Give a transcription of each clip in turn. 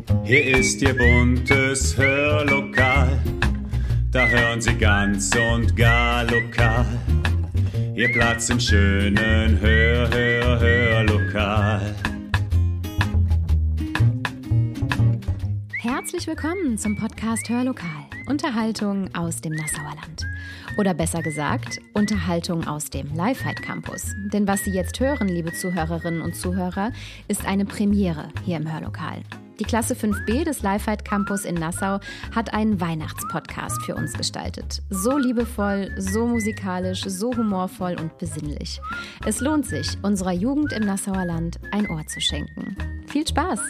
Hier ist Ihr buntes Hörlokal, da hören Sie ganz und gar lokal. Ihr Platz im schönen Hörlokal. Herzlich willkommen zum Podcast Hörlokal. Unterhaltung aus dem Nassauer Land. Oder besser gesagt, Unterhaltung aus dem Lifehide Campus. Denn was Sie jetzt hören, liebe Zuhörerinnen und Zuhörer, ist eine Premiere hier im Hörlokal. Die Klasse 5b des Lifehide Campus in Nassau hat einen Weihnachtspodcast für uns gestaltet. So liebevoll, so musikalisch, so humorvoll und besinnlich. Es lohnt sich, unserer Jugend im Nassauer Land ein Ohr zu schenken. Viel Spaß!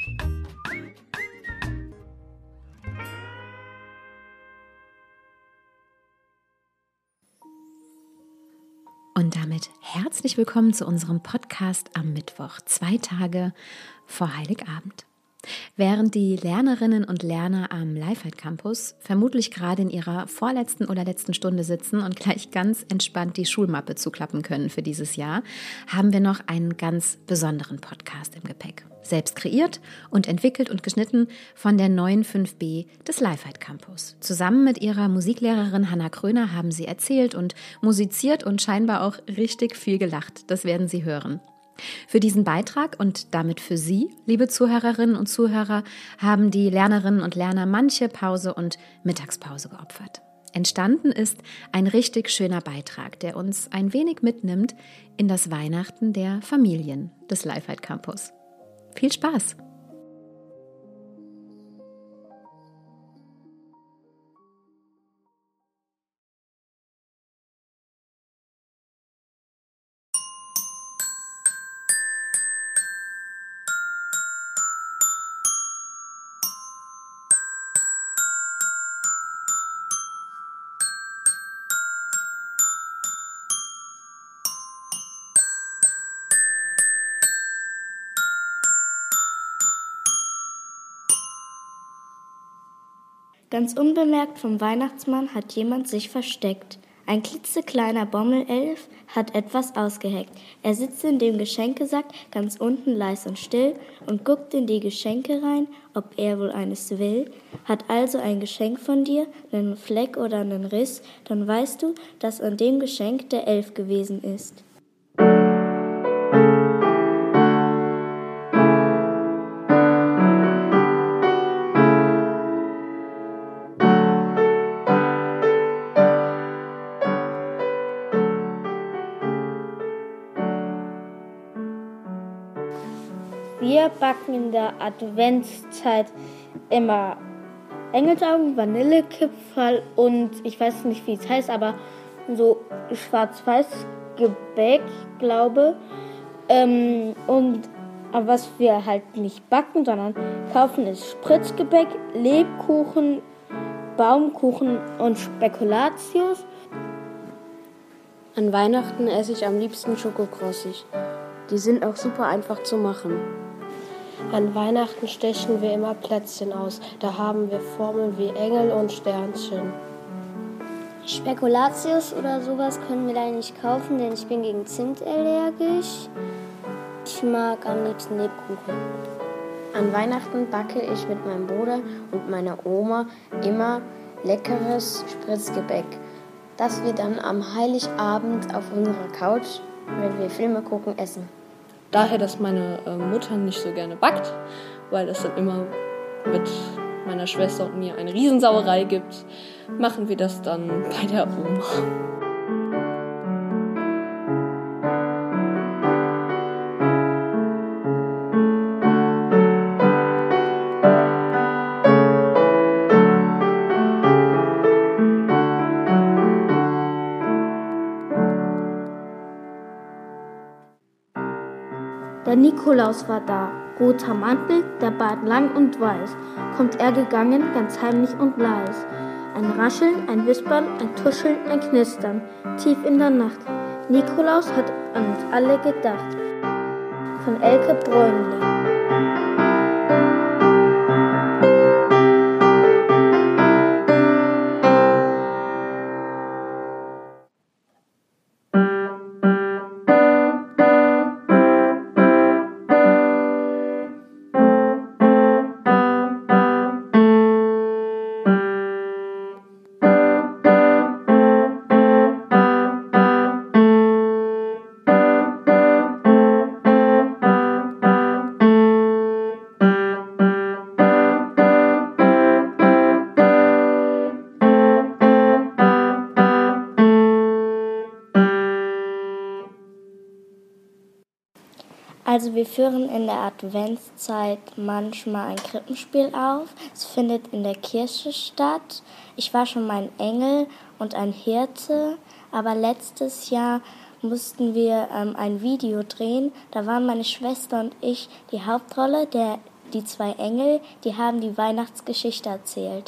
Und damit herzlich willkommen zu unserem Podcast am Mittwoch, 2 Tage vor Heiligabend. Während die Lernerinnen und Lerner am Lifehide Campus vermutlich gerade in ihrer vorletzten oder letzten Stunde sitzen und gleich ganz entspannt die Schulmappe zuklappen können für dieses Jahr, haben wir noch einen ganz besonderen Podcast im Gepäck. Selbst kreiert und entwickelt und geschnitten von der neuen 5b des Lifehide Campus. Zusammen mit ihrer Musiklehrerin Hanna Kröner haben sie erzählt und musiziert und scheinbar auch richtig viel gelacht. Das werden Sie hören. Für diesen Beitrag und damit für Sie, liebe Zuhörerinnen und Zuhörer, haben die Lernerinnen und Lerner manche Pause und Mittagspause geopfert. Entstanden ist ein richtig schöner Beitrag, der uns ein wenig mitnimmt in das Weihnachten der Familien des Lifehide Campus. Viel Spaß! Ganz unbemerkt vom Weihnachtsmann hat jemand sich versteckt. Ein klitzekleiner Bommelelf hat etwas ausgeheckt. Er sitzt in dem Geschenkesack ganz unten leis und still und guckt in die Geschenke rein, ob er wohl eines will. Hat also ein Geschenk von dir, einen Fleck oder einen Riss, dann weißt du, dass an dem Geschenk der Elf gewesen ist. Wir backen in der Adventszeit immer Engelsaugen, Vanillekipferl und ich weiß nicht, wie es heißt, aber so schwarz-weiß Gebäck, glaube. Und aber was wir halt nicht backen, sondern kaufen, ist Spritzgebäck, Lebkuchen, Baumkuchen und Spekulatius. An Weihnachten esse ich am liebsten Schokokrossis. Die sind auch super einfach zu machen. An Weihnachten stechen wir immer Plätzchen aus. Da haben wir Formeln wie Engel und Sternchen. Spekulatius oder sowas können wir leider nicht kaufen, denn ich bin gegen Zimt allergisch. Ich mag am liebsten Lebkuchen. An Weihnachten backe ich mit meinem Bruder und meiner Oma immer leckeres Spritzgebäck, das wir dann am Heiligabend auf unserer Couch, wenn wir Filme gucken, essen. Daher, dass meine Mutter nicht so gerne backt, weil es dann immer mit meiner Schwester und mir eine Riesensauerei gibt, machen wir das dann bei der Oma. Der Nikolaus war da, roter Mantel, der Bart lang und weiß, kommt er gegangen, ganz heimlich und leis. Ein Rascheln, ein Wispern, ein Tuscheln, ein Knistern, tief in der Nacht. Nikolaus hat an uns alle gedacht. Von Elke Bräunling. Also wir führen in der Adventszeit manchmal ein Krippenspiel auf. Es findet in der Kirche statt. Ich war schon mal ein Engel und ein Hirte, aber letztes Jahr mussten wir ein Video drehen. Da waren meine Schwester und ich die Hauptrolle, die 2 Engel, die haben die Weihnachtsgeschichte erzählt.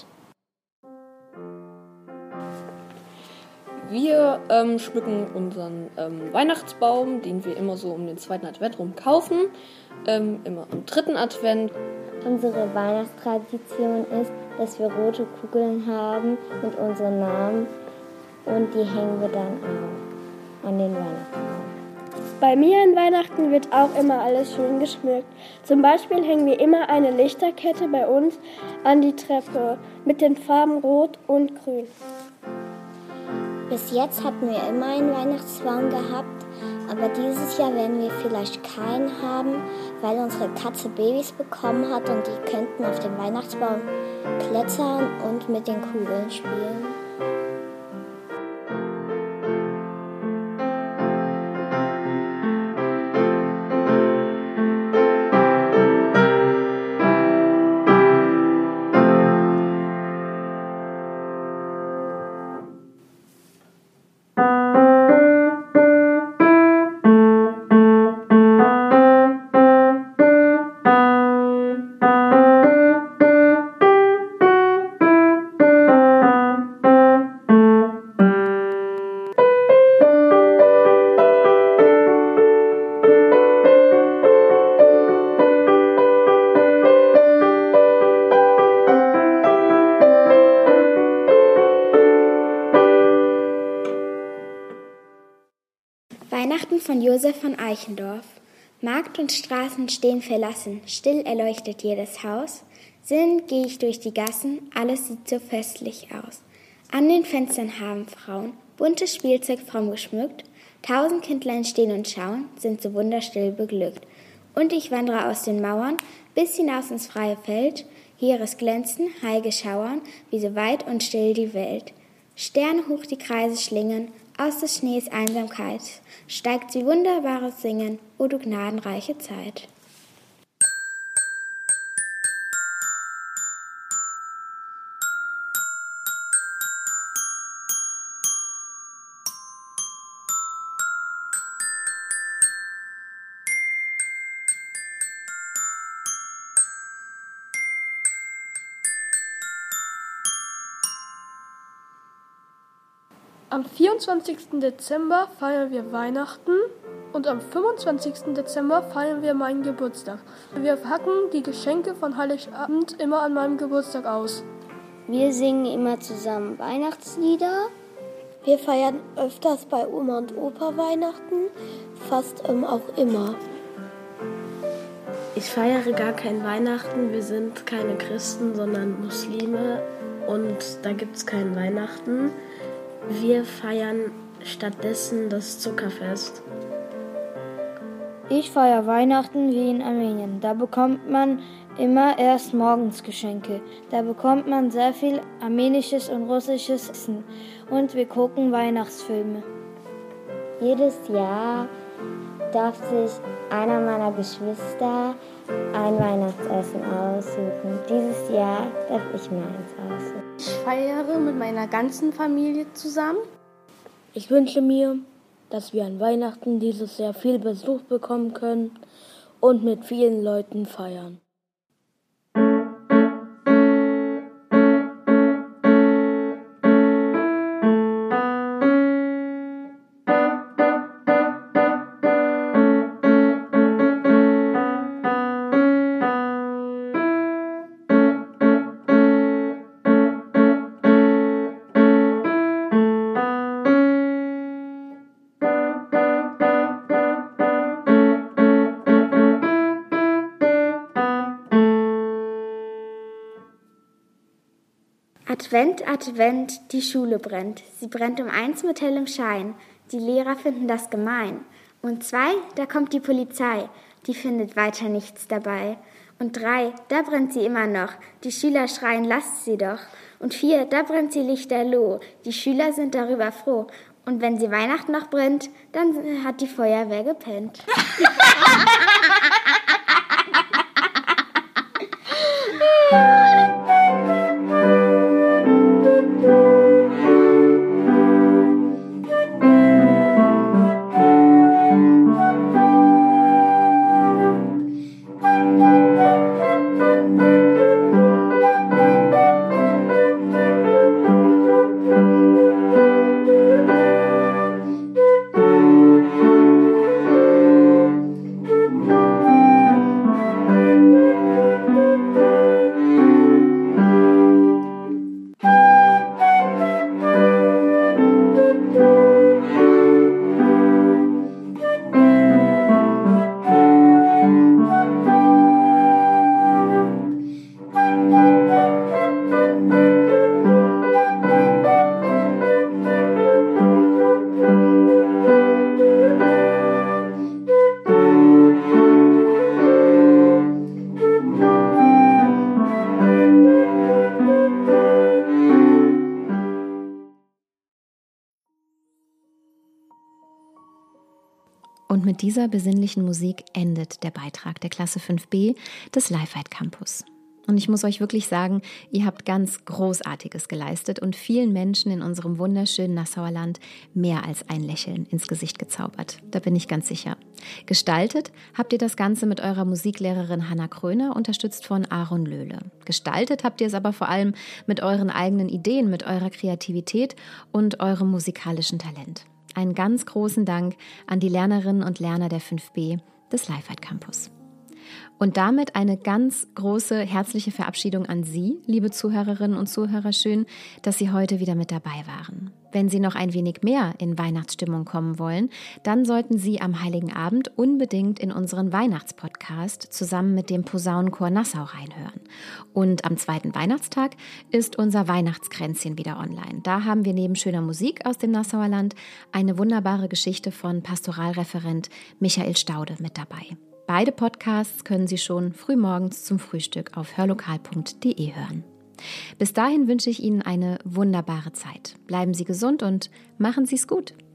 Wir schmücken unseren Weihnachtsbaum, den wir immer so um den 2. Advent rum kaufen, immer am 3. Advent. Unsere Weihnachtstradition ist, dass wir rote Kugeln haben mit unseren Namen und die hängen wir dann auf an den Weihnachtsbaum. Bei mir an Weihnachten wird auch immer alles schön geschmückt. Zum Beispiel hängen wir immer eine Lichterkette bei uns an die Treppe mit den Farben Rot und Grün. Bis jetzt hatten wir immer einen Weihnachtsbaum gehabt, aber dieses Jahr werden wir vielleicht keinen haben, weil unsere Katze Babys bekommen hat und die könnten auf den Weihnachtsbaum klettern und mit den Kugeln spielen. Weihnachten von Josef von Eichendorff. Markt und Straßen stehen verlassen, still erleuchtet jedes Haus. Sinnend gehe ich durch die Gassen, alles sieht so festlich aus. An den Fenstern haben Frauen buntes Spielzeug fromm geschmückt. 1000 Kindlein stehen und schauen, sind so wunderstill beglückt. Und ich wandere aus den Mauern bis hinaus ins freie Feld. Heeres Glänzen, heilge Schauern, wie so weit und still die Welt. Sterne hoch die Kreise schlingen, aus des Schnees Einsamkeit steigt sie wunderbares Singen, o du gnadenreiche Zeit. Am 24. Dezember feiern wir Weihnachten und am 25. Dezember feiern wir meinen Geburtstag. Wir packen die Geschenke von Heiligabend immer an meinem Geburtstag aus. Wir singen immer zusammen Weihnachtslieder. Wir feiern öfters bei Oma und Opa Weihnachten, fast auch immer. Ich feiere gar kein Weihnachten, wir sind keine Christen, sondern Muslime und da gibt's kein Weihnachten. Wir feiern stattdessen das Zuckerfest. Ich feiere Weihnachten wie in Armenien. Da bekommt man immer erst morgens Geschenke. Da bekommt man sehr viel armenisches und russisches Essen. Und wir gucken Weihnachtsfilme. Jedes Jahr darf sich einer meiner Geschwister ein Weihnachtsessen aussuchen. Dieses Jahr darf ich mir eins aussuchen. Ich feiere mit meiner ganzen Familie zusammen. Ich wünsche mir, dass wir an Weihnachten dieses Jahr viel Besuch bekommen können und mit vielen Leuten feiern. Advent, Advent, die Schule brennt. Sie brennt um 1 mit hellem Schein. Die Lehrer finden das gemein. Und 2, da kommt die Polizei. Die findet weiter nichts dabei. Und 3, da brennt sie immer noch. Die Schüler schreien, lasst sie doch. Und 4, da brennt sie lichterloh. Die Schüler sind darüber froh. Und wenn sie Weihnachten noch brennt, dann hat die Feuerwehr gepennt. Und mit dieser besinnlichen Musik endet der Beitrag der Klasse 5b des Lifehide Campus. Und ich muss euch wirklich sagen, ihr habt ganz Großartiges geleistet und vielen Menschen in unserem wunderschönen Nassauer Land mehr als ein Lächeln ins Gesicht gezaubert. Da bin ich ganz sicher. Gestaltet habt ihr das Ganze mit eurer Musiklehrerin Hanna Kröner, unterstützt von Aaron Löhle. Gestaltet habt ihr es aber vor allem mit euren eigenen Ideen, mit eurer Kreativität und eurem musikalischen Talent. Einen ganz großen Dank an die Lernerinnen und Lerner der 5b des Lifehide Campus. Und damit eine ganz große herzliche Verabschiedung an Sie, liebe Zuhörerinnen und Zuhörer. Schön, dass Sie heute wieder mit dabei waren. Wenn Sie noch ein wenig mehr in Weihnachtsstimmung kommen wollen, dann sollten Sie am Heiligen Abend unbedingt in unseren Weihnachtspodcast zusammen mit dem Posaunenchor Nassau reinhören. Und am 2. Weihnachtstag ist unser Weihnachtskränzchen wieder online. Da haben wir neben schöner Musik aus dem Nassauer Land eine wunderbare Geschichte von Pastoralreferent Michael Staude mit dabei. Beide Podcasts können Sie schon frühmorgens zum Frühstück auf hörlokal.de hören. Bis dahin wünsche ich Ihnen eine wunderbare Zeit. Bleiben Sie gesund und machen Sie es gut.